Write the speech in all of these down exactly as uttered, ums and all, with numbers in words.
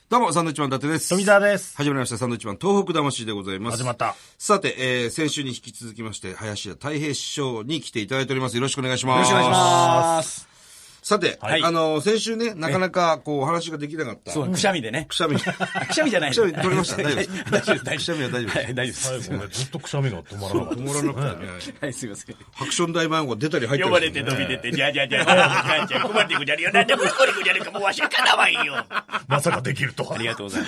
どうも、サンドウィッチマン伊達です。 富澤です。 始まりました、サンドウィッチマン東北魂でございます。 始まった。 さて、えー、先週に引き続きまして、林家たい平師匠に来ていただいております。よろしくお願いします。 よろしくお願いします。 さて、はい、あの、先週ね、なかなか、こう、話ができなかった。 そう、くしゃみでね。 くしゃみ。くしゃみじゃない。 くしゃみ取れました。大丈夫です。 大丈夫です。 くしゃみは大丈夫です。 はい、大丈夫です。 最後ね、ずっとくしゃみが止まらなかった。 止まらなかったね。 はい、すいません。 ハクション大魔王が出たり入ったり。 呼ばれて飛び出て、じゃじゃじゃ、母ちゃん、困ってくじゃるよ。なんでもこれくじゃるか、もうわしはかなわんよ。 まさかできるとは。 ありがとうございます。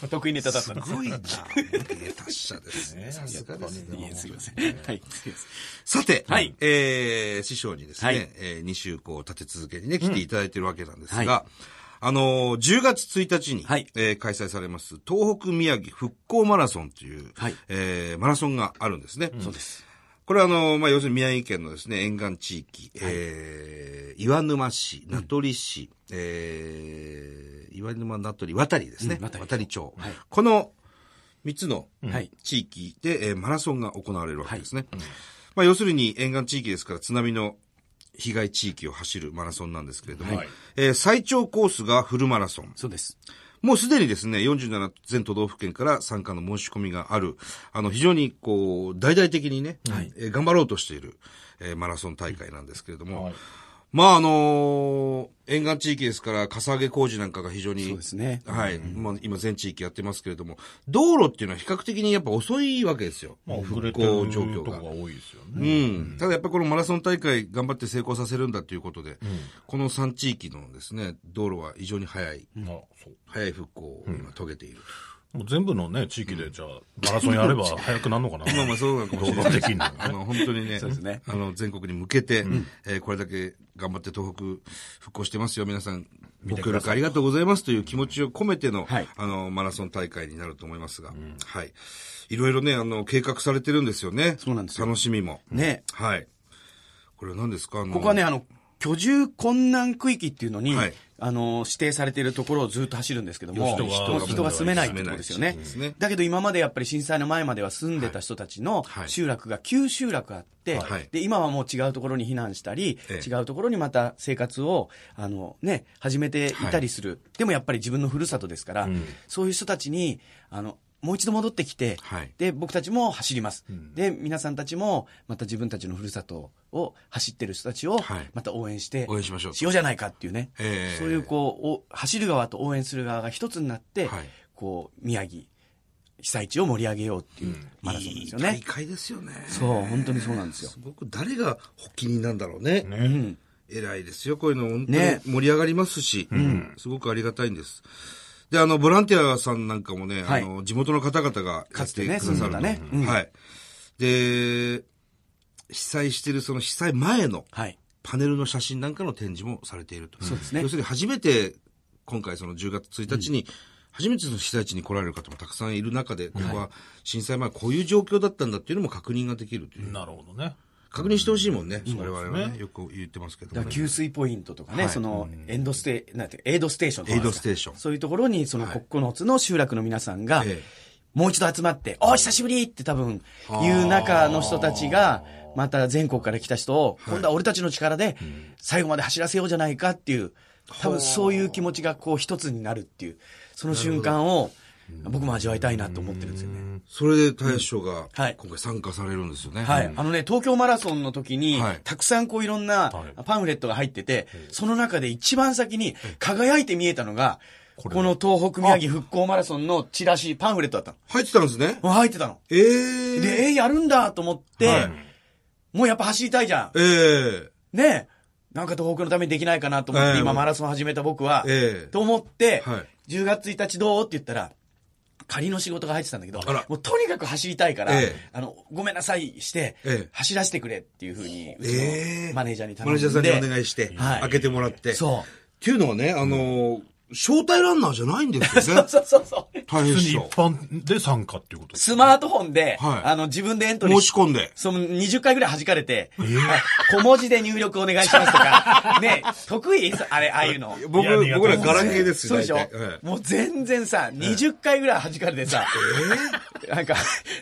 得意ネタだったんです。 すごいな。芸達者ですね。さすがですね。 すいません。はい、すいません。 さて、 はい、 えー、師匠にですね、はい、えー、に週こう立て続けにね、来ていただいているわけなんですが、うん、はい、あのー、じゅうがつついたちに、はい、えー、開催されます東北宮城復興マラソンという、はい、えー、マラソンがあるんですね。 うん、そうです。 これはあのー、まあ、要するに宮城県のですね、沿岸地域、はい、えー、岩沼市、名取市、うん、えー、岩沼、名取、渡ですね。うん、渡, 渡町、はい。このみっつの地域で、えー、マラソンが行われるわけですね。はい、うん、まあ、要するに沿岸地域ですから津波の被害地域を走るマラソンなんですけれども、はい、えー、最長コースがフルマラソン。 そうです。 もうすでにですね、よんじゅうなな全都道府県から参加の申し込みがある、あの、非常にこう、大々的にね、はい、えー、頑張ろうとしている、えー、マラソン大会なんですけれども、はい、まああのー、沿岸地域ですからかさ上げ工事なんかが非常に、 そうですね、 はい、うん、まあ、今全地域やってますけれども、道路っていうのは比較的にやっぱ遅いわけですよ。 まあ、復興状況が多いですよね。 うん。ただやっぱりこのマラソン大会頑張って成功させるんだということで、うん、このさん地域のですね、道路は非常に早い、うん、早い復興を今遂げている。 もう全部のね、地域でじゃあ、マラソンやれば早くなるのかな。 まあまあそうなのかもしれない。 できんのね。 あの、本当にね、そうですね、あの、全国に向けて、うん、えー、これだけ頑張って東北復興してますよ。皆さん、ご協力ありがとうございますという気持ちを込めての、はい、あの、マラソン大会になると思いますが、うん、はい。いろいろね、あの、計画されてるんですよね。 そうなんですよ。 楽しみも。 ね。 はい。これは何ですか？あのここはね、あの、居住困難区域っていうのに、はい、あの指定されているところをずっと走るんですけども、人が、人が住めないってことですよね。だけど今までやっぱり震災の前までは住んでた人たちの集落がきゅう集落あって、はい、で今はもう違うところに避難したり、はい、違うところにまた生活をあの、ね、始めていたりする、はい、でもやっぱり自分のふるさとですから、うん、そういう人たちにあのもう一度戻ってきて、はい、で僕たちも走ります、うん、で皆さんたちもまた自分たちのふるさとを走ってる人たちをまた応援して、 応援しましょうしようじゃないかっていうね、えー、そういうこう走る側と応援する側が一つになって、はい、こう宮城被災地を盛り上げようっていうマラソンですよね、うん、 いい大会ですよね。 そう本当にそうなんですよ。 すごく誰が発起人なんだろうね、ね、うん、偉いですよ。こういうの本当に盛り上がりますし、ね、うん、すごくありがたいんです。で、あの、ボランティアさんなんかもね、はい、あの、地元の方々がやってくださると。ね、うん、はい。で、被災してるその被災前のパネルの写真なんかの展示もされていると。 そうですね。 要するに初めて、今回そのじゅうがつついたちに、うん、初めての被災地に来られる方もたくさんいる中で、ここは震災前こういう状況だったんだっていうのも確認ができるという。 なるほどね。 確認してほしいもんね。我々はね、よく言ってますけども、 ね。給水ポイントとかね、はい、その、エンドステ、なんて、エイドステーションとか。 エイドステーション。 そういうところに、そのここのつの集落の皆さんが、はい、もう一度集まって、お久しぶりって多分、いう中の人たちが、また全国から来た人を、今度は俺たちの力で、最後まで走らせようじゃないかっていう、多分そういう気持ちがこう一つになるっていう、その瞬間を、僕も味わいたいなと思ってるんですよね。 それで大将が今回参加されるんですよね。 はい。あのね、東京マラソンの時に、はい、たくさんこういろんなパンフレットが入ってて、はい、その中で一番先に輝いて見えたのが、こ, この東北宮城復興マラソンのチラシ、パンフレットだったの。 入ってたんですね。 入ってたの。 えー。 で、えー、やるんだと思って、はい、もうやっぱ走りたいじゃん。 えー。 ねなんか東北のためにできないかなと思って、えー、今マラソン始めた僕は、えー、と思って、はい、じゅうがつついたちどうって言ったら、仮の仕事が入ってたんだけど、もうとにかく走りたいから、ええ、あの、ごめんなさいして、ええ、走らせてくれっていうふうに、うちのマネージャーに頼んで、 マネージャーさんにお願いして、はい、開けてもらって。そう。っていうのはね、あのー、うん招待ランナーじゃないんですよね。 そうそうそう。 大変一般で参加っていうことスマートフォンで、はい、あの、自分でエントリー。 申し込んで。 そのにじゅっかいぐらい弾かれて、えー、小文字で入力お願いしますとか、ね、得意あれ、ああいうの。 僕、僕らガラケーですよ。そうでしょ、はい、もう全然さ、にじゅっかいぐらい弾かれてさ、えー、なんか、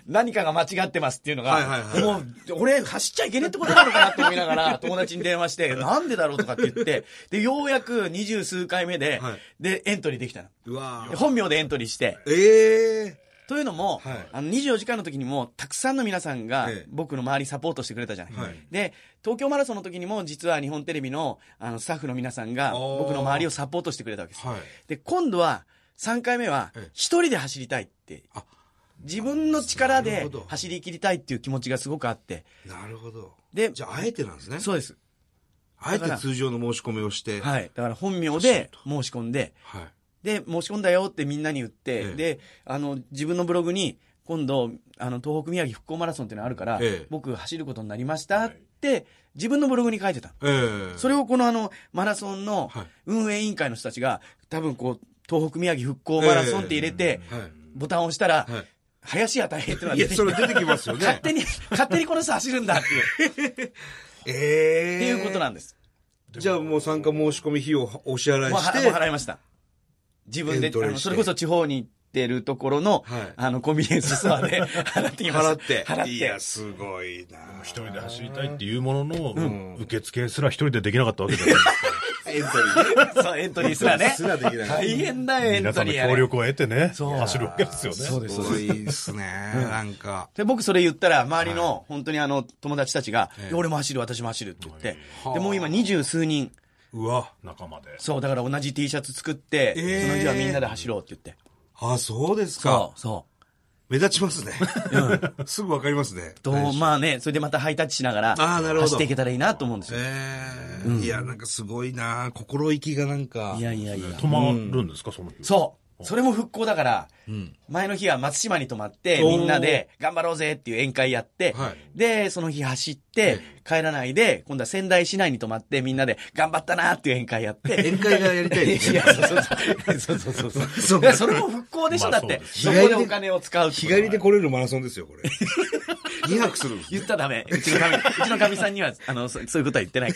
何かが間違ってますっていうのが、 はいはいはい、 もう、俺走っちゃいけねえってことなのかなと思いながら、友達に電話して、なんでだろうとかって言って、で、ようやく二十数回目で、はい、で、エントリーできたの。 うわ本名でエントリーして。 ええー。 というのも、はい、あのにじゅうよじかんの時にもたくさんの皆さんが僕の周りサポートしてくれたじゃない、はい、で東京マラソンの時にも実は日本テレビ の, あのスタッフの皆さんが僕の周りをサポートしてくれたわけです、はい、で今度はさんかいめは一人で走りたいって自分の力で走り切りたいっていう気持ちがすごくあって。 なるほど。 でじゃああえてなんですね。 そうです。 あえて通常の申し込みをして、 はい、だから本名で申し込んで、はい、で申し込んだよってみんなに言って、ええ、であの自分のブログに今度あの東北宮城復興マラソンっていうのがあるから、ええ、僕走ることになりましたって自分のブログに書いてた、ええ、それをこのあのマラソンの運営委員会の人たちが多分こう東北宮城復興マラソンって入れて、ええはい、ボタンを押したら、はい、林家大平ってのが出てきて、 いやそれ出てきますよね勝手に勝手にこの人走るんだっていう、えー、っていうことなんです。 じゃあもう参加申し込み費用をお支払いして、 もう払いました。自分であのそれこそ地方に行ってるところの、はい、あのコンビニエンスストアで払ってきました。 払って払っていやすごいな。 一人で走りたいっていうものの、うん、受付すら一人でできなかったわけじゃないですか。 エントリーそうエントリーすらねすらできない。 大変だよエントリー、ね、 皆さんの協力を得てね走るわけですよね。 そうです。 すごいですね、うん、なんかで僕それ言ったら周りの本当にあの友達たちが、はい、俺も走る私も走るって言って、はい、でもう今二十数人うわ仲間でそうだから同じ T シャツ作って、えー、その日はみんなで走ろうって言って。 あそうですか。 そうそう目立ちますね、うん、すぐ分かりますね。 とまあねそれでまたハイタッチしながら走っていけたらいいなと思うんですよ。 えーうん、いやなんかすごいな心意気がなんかいやいやいや止まるんですか、うん、その日。 そうそれも復興だから、うん、前の日は松島に泊まってみんなで頑張ろうぜっていう宴会やって、はい、でその日走って帰らないで今度は仙台市内に泊まってみんなで頑張ったなっていう宴会やって宴会がやりたいですね。いやそうそうそうそうそうそうそれも復興でしょ、だってそこでお金を使う日帰りで来れるマラソンですよこれ。にはくするんです、ね、 言ったらダメ。うちのかみうちのかみさんにはあの そ, そういうことは言ってないから。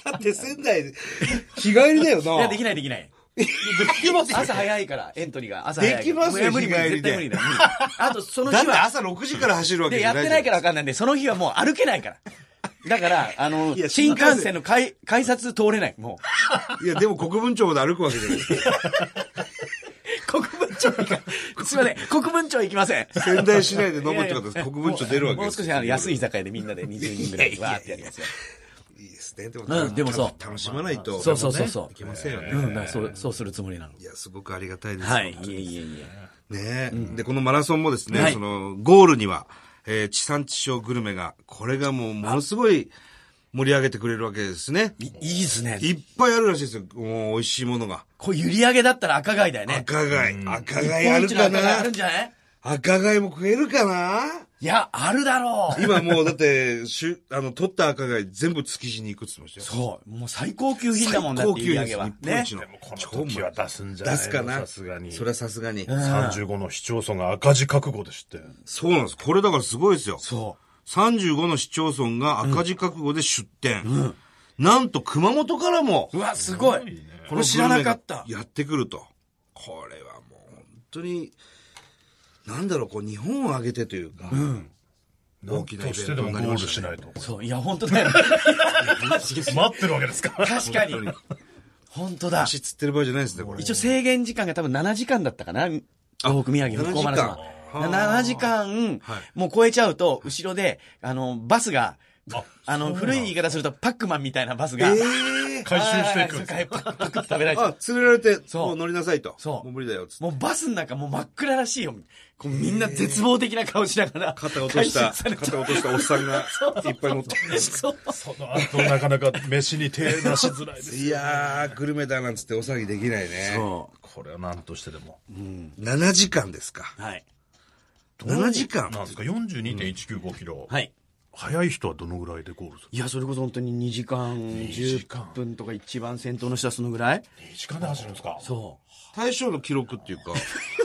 だって仙台で日帰りだよな。 いやできないできない。できます朝早いからエントリーが朝早い。 できますよ。 無理無理絶対無理だ。あとその日はだって朝ろくじから走るわけじゃない。 でやってないから分かんないんでその日はもう歩けないから。だからあの新幹線の改改札通れないもう。いやでも国分町まで歩くわけじゃない。 国分町行かすいません国分町行きません。 仙台市内で飲むってことです。国分町出るわけです。 もう少しあの安い居酒屋でみんなでにじゅうにんぐらいわーってやりますよ。 いいですね。でも、 うん、でもそう楽しまないと、 そうそうそうそういけませんよね。 うん、だからそうそうするつもりなの。 いやすごくありがたいです。 はい。いえいえいえ。ねえ、うん、でこのマラソンもですね、はい、そのゴールには、えー、地産地消グルメがこれがもうものすごい盛り上げてくれるわけですね。 い, いいですね。 いっぱいあるらしいですよ。もう美味しいものが。 これ閖上だったら赤貝だよね。 赤貝、赤貝あるかな。 あるんじゃない？ 赤貝も食えるかな。 いや、あるだろう。 今もうだって、しゅ、あの、取った赤貝全部築地に行くって言ってましたよ。 そう。もう最高級品だもんだって、閖上は。 ね。でもこの時は出すんじゃないの？ 出すかな。 さすがに。 それはさすがに。 さんじゅうごの市町村が赤字覚悟でして。 そうなんです。これだからすごいですよ。 そう。 さんじゅうごの市町村が赤字覚悟で出店。うん。なんと熊本からも。 うわ、すごい。これ知らなかった。 やってくると。これはもう本当に、なんだろう、こう、日本を挙げてというか。うん。 大きなイベントになりましたね。 そう、いや、本当だよ。 待ってるわけですか。 確かに。本当だ。 足つってる場合じゃないですね、これ。 一応制限時間が多分ななじかんだったかな。東北宮城復興マラソン。ななじかん、もう超えちゃうと、後ろで、あの、バスが、あの、古い言い方すると、パックマンみたいなバスが、 回収していく。 パクパク食べられちゃう。 あ、連れられて、もう乗りなさいと。 そう。 もう無理だよ、つって。 もうバスの中もう真っ暗らしいよ。こうみんな絶望的な顔しながら。 肩落とした、肩落としたおっさんがいっぱい乗ってる。 そう。 その後なかなか飯に手出しづらいです。 いやー、グルメだなんつってお騒ぎできないね。 そう。これは何としてでも。 うん。ななじかんですか。 はい。 ななじかんなんですか ?よんじゅうにてんいちきゅうご キロ。 はい。 早い人はどのぐらいでゴールする？ いや、それこそ本当ににじかんじゅっぷんとか一番先頭の人はそのぐらい ? にじかんで走るんですか？ そう。 大将の記録っていうか、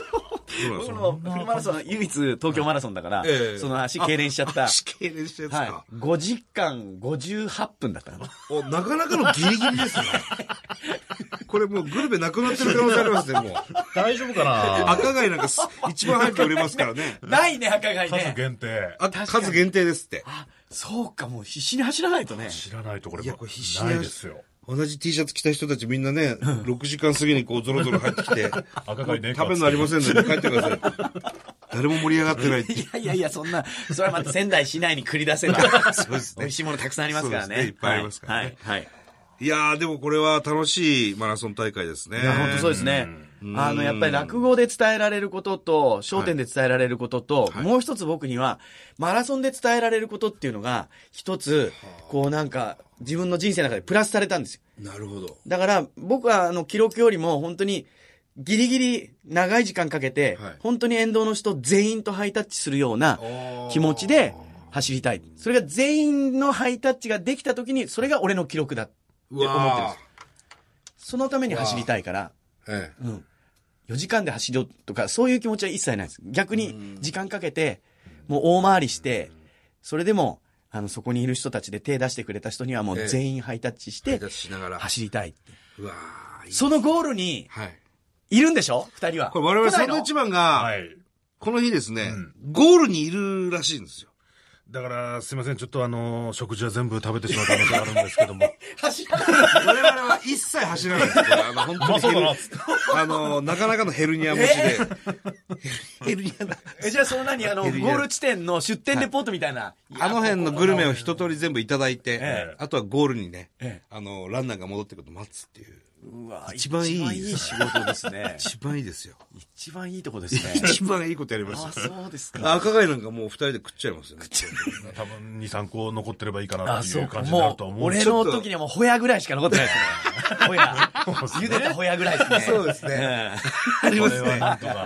僕のフルマラソン、唯一東京マラソンだから、ええ、その足痙攣しちゃった。 足痙攣しちゃったやつか。はい、 ごじかんごじゅうはっぷんだったかな。 お、なかなかのギリギリですね。これもうグルメなくなってる可能性ありますね、もう。 大丈夫かな。 赤貝なんか一番早く売れますからね。 ないね、赤貝ね。 数限定。 あ、数限定ですって。 あ、そうか、もう必死に走らないとね。 走らないとこれも。 いや、これ必死ないですよ。 同じ T シャツ着た人たちみんなね、ろくじかん過ぎにこうゾロゾロ入ってきて、 赤貝ね。 食べるのありませんので帰ってください。誰も盛り上がってないって。 いやいやいや、そんな、それはまた仙台市内に繰り出せば、そうですね。美味しいものたくさんありますからね。 ねいっぱいありますからね。 はい。はい。 いやー、でもこれは楽しいマラソン大会ですね。 いや、本当そうですね。あの、やっぱり落語で伝えられることと、笑点で伝えられることと、はい、もう一つ僕には、マラソンで伝えられることっていうのが、一つ、こうなんか、自分の人生の中でプラスされたんですよ。 なるほど。 だから、僕はあの、記録よりも本当に、ギリギリ長い時間かけて、はい、本当に沿道の人全員とハイタッチするような気持ちで走りたい。それが全員のハイタッチができた時に、それが俺の記録だって思ってるんです。そのために走りたいから、ええ、うん。よじかんで走ろうとか、そういう気持ちは一切ないです。逆に時間かけて、もう大回りして、それでも、あの、そこにいる人たちで手出してくれた人にはもう全員ハイタッチして、走りたいって。うわー、そのゴールに、いるんでしょ二人は。 これ我々サンドウィッチマンが、この日ですね、ゴールにいるらしいんですよ。 だから、すいません。ちょっとあの、食事は全部食べてしまう可能性があるんですけども。 走らない。 我々は一切走らないです。あの、本当にヘル、あの、なかなかのヘルニア持ちで。 ヘルニアだ。え、じゃあその何あの、ゴール地点の出店レポートみたいな。 あの辺のグルメを一通り全部いただいて、あとはゴールにね、あの、ランナーが戻ってくると待つっていう。 うわ一番いい。一番いい仕事ですね。 一番いいですよ。 一番いいとこですね。 一番いいことやりました。 あ、そうですか。 赤貝なんかもう二人で食っちゃいますよね。 多分に、さんこ残ってればいいかなっていう感じになると思う。 俺の時にはもうホヤぐらいしか残ってないですね。ホヤ。茹でたホヤぐらいですね。 そうですね。ありますね。はいはいはい。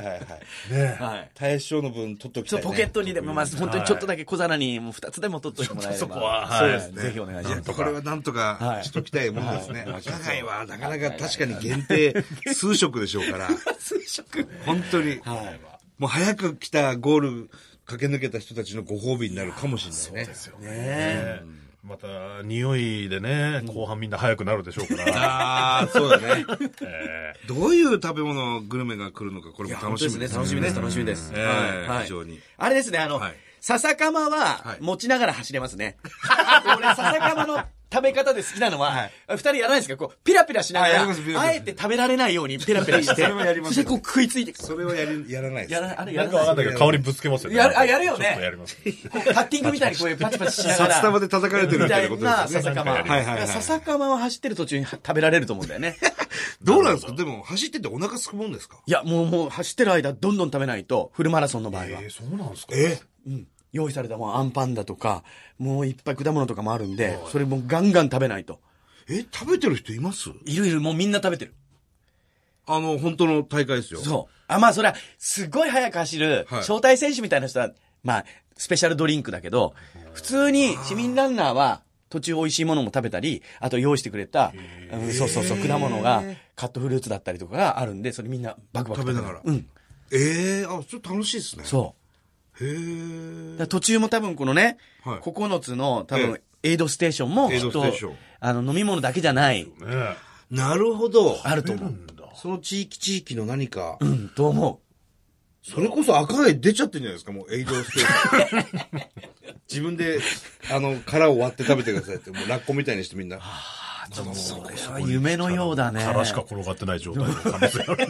ねはい。大将の分取っときたい。 ポケットにでも、まず本当にちょっとだけ小皿にもう二つでも取っといてもらえれば。 そこは、 そうですね。ぜひお願いします。 これはなんとかしときたいもんですね。赤貝はなかなか確かに限定数食でしょうから。 数食本当に。もう早く来たゴール駆け抜けた人たちのご褒美になるかもしれないね。そうですよね。また、匂いでね、後半みんな早くなるでしょうから。 ああ、そうだね。どういう食べ物、グルメが来るのか、これも楽しみですね。 楽しみです、楽しみです。 非常に。 あれですね、あの、笹かまは持ちながら走れますね。俺、笹かまの食べ方で好きなのは、二人やらないですかこう、ピラピラしながら、あえて食べられないようにピラピラして、そしてこう食いついてそれをやり、やらないです。 やら、あれやらない。なんかわかんないけど、香りぶつけますよね。 や、あ、やるよね。 ちょっとやります。 タッティングみたいにこういうパチパチしながら。 札束で叩かれてるみたいなことですね。 笹かま。はいはいはい。笹かまは走ってる途中に食べられると思うんだよね。 どうなんですかでも、走っててお腹すくもんですかいや、もうもう走ってる間どんどん食べないと、フルマラソンの場合は。 え、そうなんですかえうん。用意されたもうアンパンだとか、もういっぱい果物とかもあるんで、それもうガンガン食べないと。 え、食べてる人います？ いるいる、もうみんな食べてる。 あの、本当の大会ですよ。 そう。あ、まあそれは、すごい速く走る、招待選手みたいな人は、まあ、スペシャルドリンクだけど、普通に市民ランナーは、途中美味しいものも食べたり、あと用意してくれた、うん、そうそうそう、果物が、カットフルーツだったりとかがあるんで、それみんなバクバク食べながら。 うん。 ええー、あ、ちょっと楽しいですね。 そう。 へえ。 途中も多分このね、はい、ここのつの多分エイドステーションもきっと、あの飲み物だけじゃない。 ね、なるほど。 あると思う。 その地域地域の何か。 うん、と思う。 それこそ赤貝出ちゃってるんじゃないですか、もうエイドステーション。自分で、あの、殻を割って食べてくださいって、もうラッコみたいにしてみんな。 はあ、ちょっとそれは夢のようだね。 殻しか転がってない状態の可能性ある。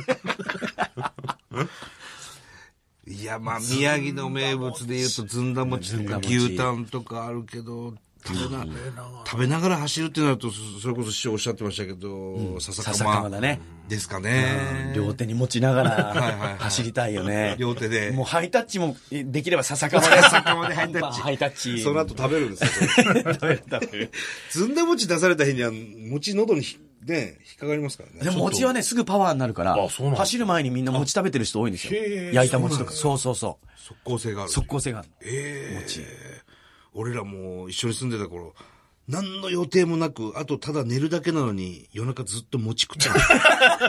いや、まあ、宮城の名物で言うと、ずんだ餅とか牛タンとかあるけど、食べな、食べながら走るってなると、それこそ師匠おっしゃってましたけど、うん、笹かまだね。ですかね。 両手に持ちながら走りたいよね。 両手で。 もうハイタッチもできれば笹かまで。 笹かまでハイタッチ。 ハイタッチ。 その後食べるんですよ。食べる食べる。ずんだ餅出された日には、餅喉にね、引っかかりますからね。 でも餅はね、すぐパワーになるから、走る前にみんな餅食べてる人多いんですよ。焼いた餅とか。そうそうそう。 即効性がある。 即効性がある。 ええ。餅。俺らも一緒に住んでた頃、何の予定もなく、あとただ寝るだけなのに、夜中ずっと餅食っちゃう。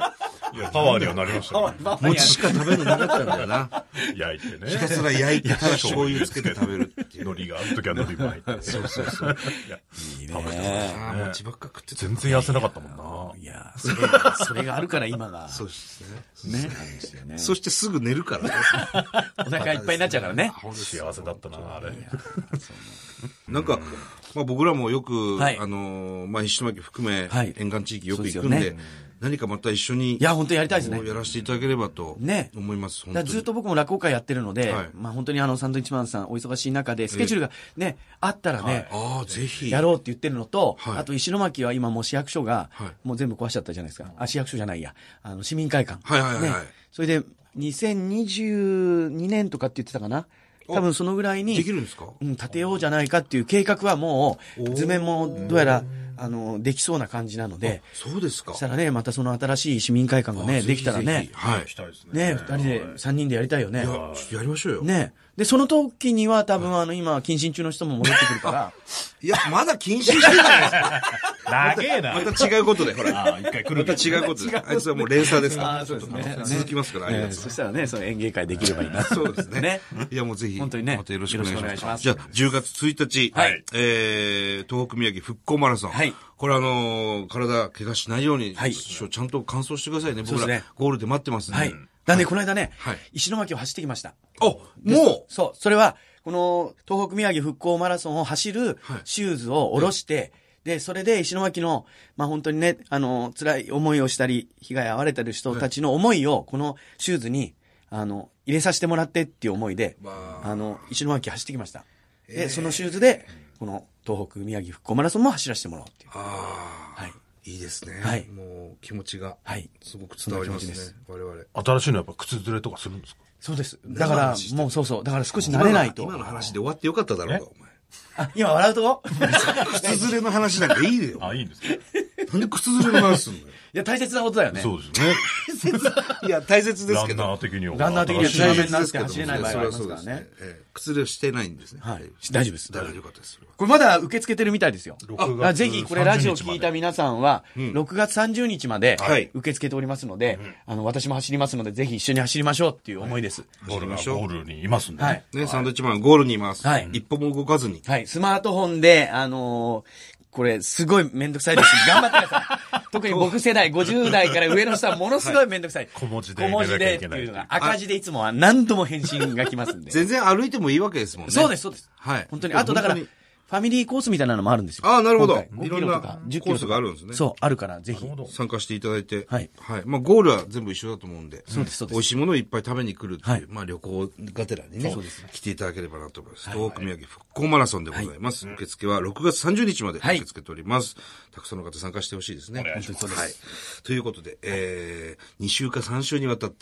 いや、パワーにはなりましたね。 餅しか食べるのなかったんだよな。 焼いてね。 ひたすら焼いて、ただ醤油つけて食べるっていう。 海苔があるときは海苔も入って。 そうそうそう。 いいね。 ああ、餅ばっか食ってた。 全然痩せなかったもんな。 いや、それ、それがあるから今が。 そうですね。ね。なんですよね。 そしてすぐ寝るからね。 お腹いっぱいになっちゃうからね。 幸せだったな、あれ。 なんか、まあ僕らもよく、あの、まあ石巻含め、沿岸地域よく行くんで、何かまた一緒に、 いや、本当にやりたいですね。 やらせていただければと思います。 ね。ずっと僕も落語会やってるので、まあ本当にあの、サンドイッチマンさんお忙しい中で、スケジュールがね、あったらね、 ああ、ぜひ。 やろうって言ってるのと、あと石巻は今もう市役所が、もう全部壊しちゃったじゃないですか。あ、市役所じゃないや。あの、市民会館。 はいはいはい。 それで、にせんにじゅうにねんとかって言ってたかな。多分そのぐらいに、 できるんですか？ うん、建てようじゃないかっていう計画はもう、図面もどうやら、あの、できそうな感じなので。 そうですか。 そしたらね、またその新しい市民会館がね、できたらね。 はい。 ね、二人で、三人でやりたいよね。 いや、ちょっとやりましょうよ。 ね。で、その時には多分あの、今、謹慎中の人も戻ってくるから。 いや、まだ謹慎してるじゃないですか。 長えな。 また違うことで、ほら。 あ一回来るまた違うことで。あいつはもう連鎖ですから。 そうですね。 続きますから、ありがとう。 そしたらね、その演芸会できればいいな。 そうですね。ね。いや、もうぜひ。 本当にね。 またよろしくお願いします。じゃあ、じゅうがつついたち。 はい。 えー、東北宮城復興マラソン。はい。これあの、体怪我しないように、はい。ちゃんと完走してくださいね。僕ら、ゴールで待ってますんで。 はい。だね、この間ね、石巻を走ってきました。 あ、もうそう。それは、この、東北宮城復興マラソンを走るシューズを下ろして、で、それで石巻の、まあ本当にね、あの、辛い思いをしたり、被害に遭われてる人たちの思いを、このシューズに、あの、入れさせてもらってっていう思いで、あの、石巻走ってきました。で、そのシューズで、この東北宮城復興マラソンも走らせてもらおうっていう。 ああ。はい。いいですね。 はい。 もう気持ちが、はい。すごく伝わりますね。我々。 新しいのはやっぱ靴ずれとかするんですか？ そうです。だから、もうそうそう。だから少し慣れないと。 今の話で終わってよかっただろうか、お前。 あ、今笑うとこ靴ずれの話なんかいいよ。 あ、いいんですか？ なんで靴ずれの話すんのよ。 いや、大切なことだよね。 そうですね。 いや、大切ですけど。 ランナー的には。 ランナー的には大切なんですけど、走れない場合がありますからね。 靴ずれしてないんですね。 はい。大丈夫です。 大丈夫よかったです。 これまだ受け付けてるみたいですよ。あ、ぜひこれラジオ聞いた皆さんは、ろくがつさんじゅうにちまで受け付けておりますので、あの、私も走りますので、ぜひ一緒に走りましょうっていう思いです。 ゴールがゴールにいますんで。 はい。ね、サンドイッチマンゴールにいます。はい。一歩も動かずに。 はい。スマートフォンで、あの、これ、すごいめんどくさいです。頑張ってください。特に僕世代、ごじゅう代から上の人はものすごいめんどくさい。 小文字で。 小文字でっていうのが、赤字でいつもは何度も返信が来ますんで。 全然歩いてもいいわけですもんね。 そうです、そうです。 はい。 本当に。あとだから、ファミリーコースみたいなのもあるんですよ。 ああ、なるほど。 いろんなコースがあるんですね。 そう、あるから、ぜひ。 参加していただいて。 はい。 はい。まあ、ゴールは全部一緒だと思うんで。 そうです、そうです。 美味しいものをいっぱい食べに来るっていう、まあ、旅行がてらにね。そうです。来ていただければなと思います。東北宮城復興マラソンでございます。受付はろくがつさんじゅうにちまで受け付けております。たくさんの方参加してほしいですね。 本当にそうです。 はい。ということで、えー、に週かさん週にわたって、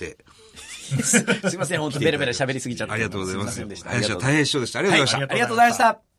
すいません、本当ベラベラ喋りすぎちゃって。 ありがとうございます。林は大変師匠でした。ありがとうございました。 ありがとうございました。